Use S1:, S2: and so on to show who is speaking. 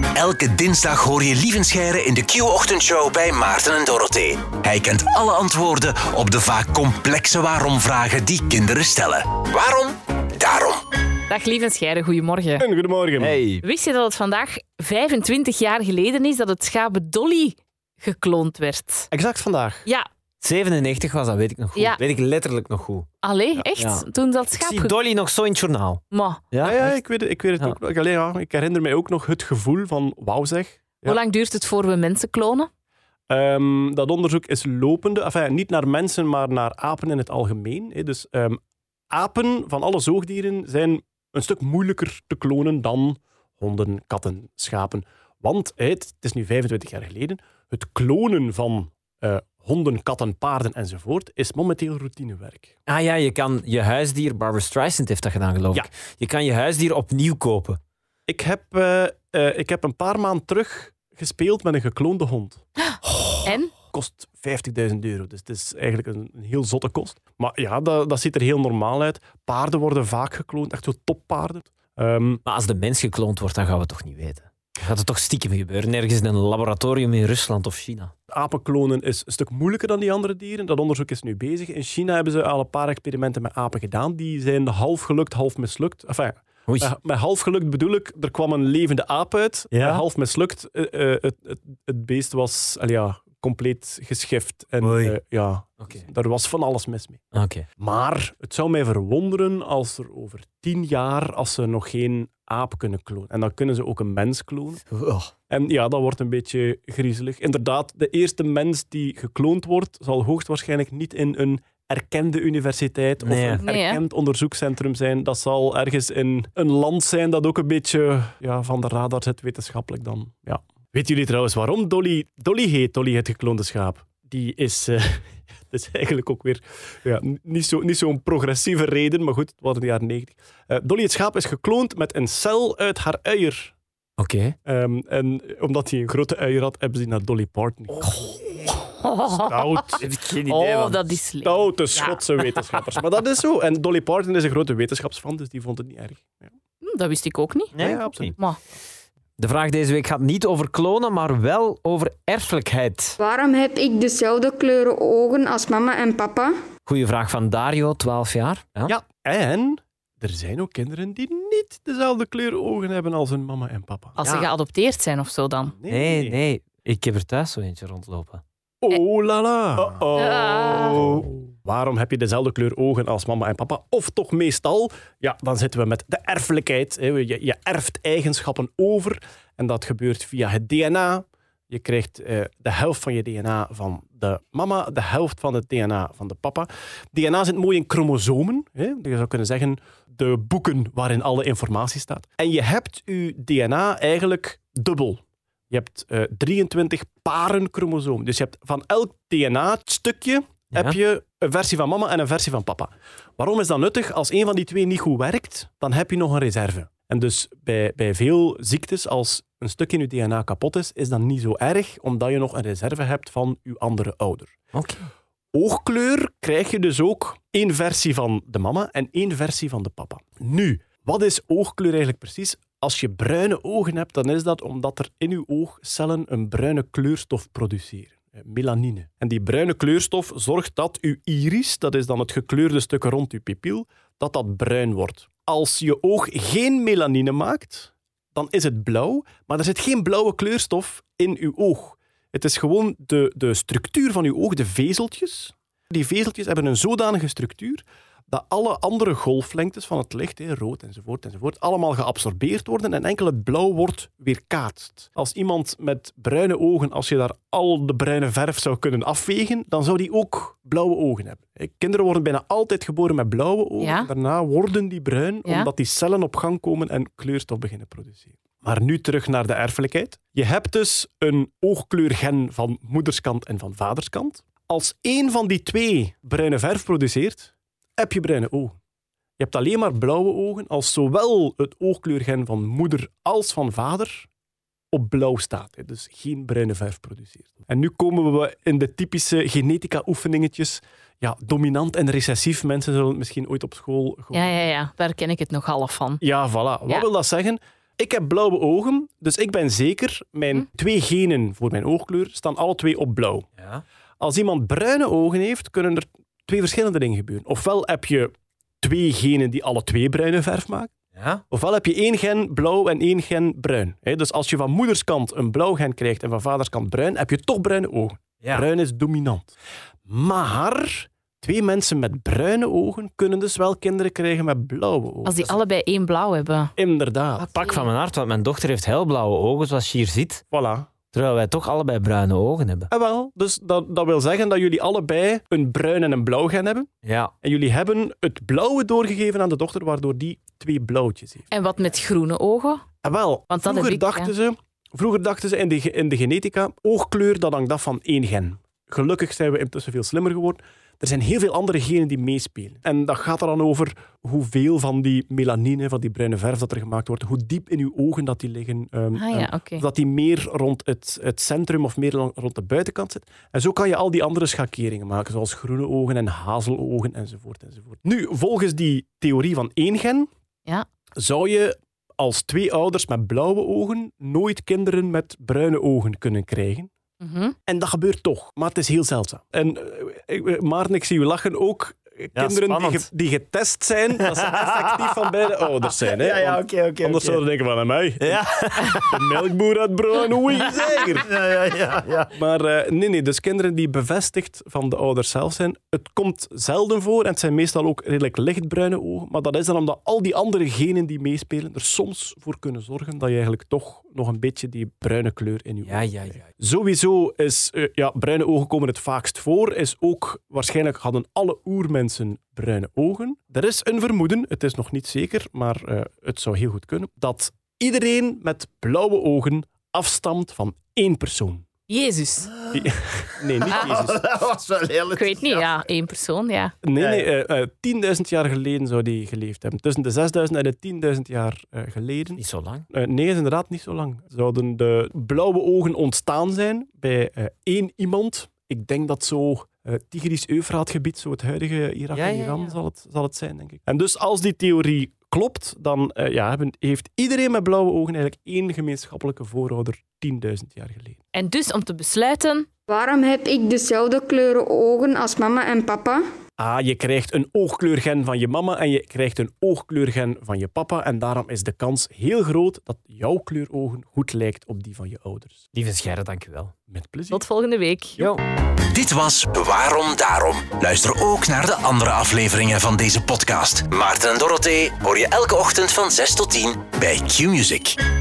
S1: Elke dinsdag hoor je Lievenscheire in de Q-ochtendshow bij Maarten en Dorothee. Hij kent alle antwoorden op de vaak complexe waarom-vragen die kinderen stellen. Waarom? Daarom.
S2: Dag Lievenscheire, goedemorgen.
S3: En goedemorgen.
S4: Hey.
S2: Wist je dat het vandaag 25 jaar geleden is dat het schaap Dolly gekloond werd?
S3: Exact vandaag.
S2: Ja,
S4: 97 was dat, weet ik nog goed.
S2: Ja.
S4: Weet ik letterlijk nog goed.
S2: allee, echt?
S4: Ja.
S2: Toen dat
S4: Ik
S2: schaap...
S4: zie Dolly nog zo in het journaal.
S2: Maar,
S4: Ja,
S3: Ja,
S4: echt?
S3: ik weet het
S4: Ja.
S3: ook nog. Allee, ja, ik herinner mij ook nog het gevoel van wauw zeg. Ja.
S2: hoe lang duurt het voor we mensen klonen?
S3: Dat onderzoek is lopende. Enfin, niet naar mensen, maar naar apen in het algemeen. Dus apen van alle zoogdieren zijn een stuk moeilijker te klonen dan honden, katten, schapen. Want het is nu 25 jaar geleden. Het klonen van honden, katten, paarden enzovoort is momenteel routinewerk.
S4: Ah ja, je kan je huisdier... Barbara Streisand heeft dat gedaan, geloof
S3: Ja.
S4: ik. Je kan je huisdier opnieuw kopen.
S3: Ik heb een paar maanden terug gespeeld met een gekloonde hond.
S2: En?
S3: Kost €50.000. Dus het is eigenlijk een heel zotte kost. Maar ja, dat ziet er heel normaal uit. Paarden worden vaak gekloond, echt zo toppaarden.
S4: Maar als de mens gekloond wordt, dan gaan we het toch niet weten. Dan gaat het toch stiekem gebeuren, ergens in een laboratorium in Rusland of China.
S3: Apenklonen is een stuk moeilijker dan die andere dieren. Dat onderzoek is nu bezig. In China hebben ze al een paar experimenten met apen gedaan. Die zijn half gelukt, half mislukt. Enfin,
S4: Oei.
S3: met half gelukt bedoel ik, er kwam een levende aap uit.
S4: Ja.
S3: Met half mislukt, het beest was compleet geschift. En
S4: Oei.
S3: Oké. Daar was van alles mis mee.
S4: Oké.
S3: Maar het zou mij verwonderen als er over 10 jaar, als ze nog geen aap kunnen klonen. En dan kunnen ze ook een mens klonen. En ja, dat wordt een beetje griezelig. Inderdaad, de eerste mens die gekloond wordt, zal hoogstwaarschijnlijk niet in een erkende universiteit of
S4: Nee.
S3: een
S2: Nee, hè?
S3: erkend onderzoekscentrum zijn. Dat zal ergens in een land zijn dat ook een beetje van de radar zit, wetenschappelijk dan. Ja. Weten jullie trouwens waarom Dolly heet, Dolly het gekloonde schaap? Die is... Dat is eigenlijk ook weer niet zo'n progressieve reden, maar goed, het was in de jaren 90. Dolly het schaap is gekloond met een cel uit haar uier.
S4: Oké.
S3: En omdat hij een grote uier had, hebben ze die naar Dolly Parton Stout.
S4: Heb ik geen idee
S2: Oh,
S4: van.
S2: dat is slecht.
S3: Stoute Schotse wetenschappers. Maar dat is zo. En Dolly Parton is een grote wetenschapsfan, dus die vond het niet erg. Ja.
S2: Dat wist ik ook niet.
S4: Nee,
S3: Ja,
S4: ook
S3: absoluut.
S4: niet.
S2: Maar,
S4: De vraag deze week gaat niet over klonen, maar wel over erfelijkheid.
S5: Waarom heb ik dezelfde kleuren ogen als mama en papa?
S4: Goeie vraag van Dario, 12 jaar. Ja?
S3: Ja, en er zijn ook kinderen die niet dezelfde kleur ogen hebben als hun mama en papa.
S2: als
S4: Ja.
S2: ze geadopteerd zijn of zo dan.
S4: Nee. Ik heb er thuis zo eentje rondlopen.
S3: Oh la la.
S2: Ah.
S3: Waarom heb je dezelfde kleur ogen als mama en papa? Of toch meestal? Ja, dan zitten we met de erfelijkheid. Je erft eigenschappen over. En dat gebeurt via het DNA. Je krijgt de helft van je DNA van de mama, de helft van het DNA van de papa. DNA zit mooi in chromosomen. Je zou kunnen zeggen, de boeken waarin alle informatie staat. En je hebt je DNA eigenlijk dubbel. Je hebt 23 paren chromosomen. Dus je hebt van elk DNA-stukje heb je een versie van mama en een versie van papa. Waarom is dat nuttig? Als een van die twee niet goed werkt, dan heb je nog een reserve. En dus bij veel ziektes, als een stuk in je DNA kapot is dat niet zo erg, omdat je nog een reserve hebt van je andere ouder.
S4: Oké.
S3: Oogkleur krijg je dus ook één versie van de mama en één versie van de papa. Nu, wat is oogkleur eigenlijk precies? Als je bruine ogen hebt, dan is dat omdat er in je oogcellen een bruine kleurstof produceren. Melanine. En die bruine kleurstof zorgt dat uw iris, dat is dan het gekleurde stuk rond uw pupil, dat bruin wordt. Als je oog geen melanine maakt, dan is het blauw, maar er zit geen blauwe kleurstof in uw oog. Het is gewoon de structuur van uw oog, de vezeltjes. Die vezeltjes hebben een zodanige structuur dat alle andere golflengtes van het licht, rood enzovoort, allemaal geabsorbeerd worden en enkel het blauw wordt weerkaatst. Als iemand met bruine ogen, als je daar al de bruine verf zou kunnen afvegen, dan zou die ook blauwe ogen hebben. Kinderen worden bijna altijd geboren met blauwe ogen.
S2: Ja.
S3: Daarna worden die bruin,
S2: Ja.
S3: omdat die cellen op gang komen en kleurstof beginnen produceren. Maar nu terug naar de erfelijkheid. Je hebt dus een oogkleurgen van moederskant en van vaderskant. Als één van die twee bruine verf produceert, heb je bruine ogen. Je hebt alleen maar blauwe ogen als zowel het oogkleurgen van moeder als van vader op blauw staat. Dus geen bruine verf produceert. En nu komen we in de typische genetica-oefeningetjes. Ja, dominant en recessief. Mensen zullen het misschien ooit op school...
S2: Ja, daar ken ik het nog half van.
S3: Ja, voilà. Wat
S2: Ja.
S3: wil dat zeggen? ik heb blauwe ogen, dus ik ben zeker, mijn 2 genen voor mijn oogkleur staan alle 2 op blauw.
S4: Ja.
S3: Als iemand bruine ogen heeft, kunnen er 2 verschillende dingen gebeuren. Ofwel heb je 2 genen die alle 2 bruine verf maken.
S4: Ja?
S3: Ofwel heb je 1 gen blauw en 1 gen bruin. Dus als je van moederskant een blauw gen krijgt en van vaderskant bruin, heb je toch bruine ogen.
S4: Ja.
S3: Bruin is dominant. Maar 2 mensen met bruine ogen kunnen dus wel kinderen krijgen met blauwe ogen.
S2: Als die allebei 1 blauw hebben.
S3: Inderdaad.
S4: Pak van mijn hart, want mijn dochter heeft heel blauwe ogen, zoals je hier ziet.
S3: Voilà.
S4: Terwijl wij toch allebei bruine ogen hebben.
S3: En wel, dus dat wil zeggen dat jullie allebei een bruin en een blauw gen hebben.
S4: Ja.
S3: En jullie hebben het blauwe doorgegeven aan de dochter, waardoor die 2 blauwtjes heeft.
S2: En wat met groene ogen?
S3: En wel,
S2: Want dat
S3: vroeger,
S2: heb ik,
S3: vroeger dachten ze in de genetica, oogkleur, dat hangt af van 1 gen. Gelukkig zijn we intussen veel slimmer geworden. Er zijn heel veel andere genen die meespelen. En dat gaat er dan over hoeveel van die melanine, van die bruine verf dat er gemaakt wordt, hoe diep in uw ogen dat die liggen.
S2: Oké.
S3: Dat die meer rond het centrum of meer rond de buitenkant zit. En zo kan je al die andere schakeringen maken, zoals groene ogen en hazelogen enzovoort. Nu, volgens die theorie van 1 gen, zou je als 2 ouders met blauwe ogen nooit kinderen met bruine ogen kunnen krijgen.
S2: Mhm.
S3: En dat gebeurt toch, maar het is heel zeldzaam. En Maarten, ik zie u lachen ook. Kinderen die getest zijn, dat ze effectief van beide ouders zijn. Hè?
S4: Oké.
S3: Anders zouden denken van, mij.
S4: Ja.
S3: De melkboer uit Bruin, oei, zeker.
S4: Ja.
S3: Maar nee, dus kinderen die bevestigd van de ouders zelf zijn, het komt zelden voor en het zijn meestal ook redelijk lichtbruine ogen, maar dat is dan omdat al die andere genen die meespelen er soms voor kunnen zorgen dat je eigenlijk toch nog een beetje die bruine kleur in je ogen krijgt. Sowieso is, bruine ogen komen het vaakst voor, is ook, waarschijnlijk hadden alle oermensen bruine ogen. Er is een vermoeden, het is nog niet zeker, maar het zou heel goed kunnen, dat iedereen met blauwe ogen afstamt van 1 persoon.
S2: Jezus.
S3: Nee, niet Jezus.
S4: Dat was wel heel...
S2: Ik weet niet, 1 persoon, ja.
S3: Nee, 10.000 jaar geleden zou die geleefd hebben. Tussen de 6.000 en de 10.000 jaar geleden.
S4: Niet zo lang.
S3: Nee, is inderdaad niet zo lang. Zouden de blauwe ogen ontstaan zijn bij 1 iemand. Ik denk dat zo Tigris-Eufraatgebied, zo het huidige Irak en Iran, zal het zijn, denk ik. En dus als die theorie klopt, dan heeft iedereen met blauwe ogen eigenlijk 1 gemeenschappelijke voorouder 10.000 jaar geleden.
S2: En dus om te besluiten...
S5: Waarom heb ik dezelfde kleuren ogen als mama en papa?
S3: Je krijgt een oogkleurgen van je mama en je krijgt een oogkleurgen van je papa. En daarom is de kans heel groot dat jouw kleurogen goed lijkt op die van je ouders.
S4: Lieve Scheire, dank u wel.
S3: Met plezier.
S2: Tot volgende week.
S4: Jo.
S1: Dit was Waarom Daarom. Luister ook naar de andere afleveringen van deze podcast. Maarten en Dorothee hoor je elke ochtend van 6 tot 10 bij Q-Music.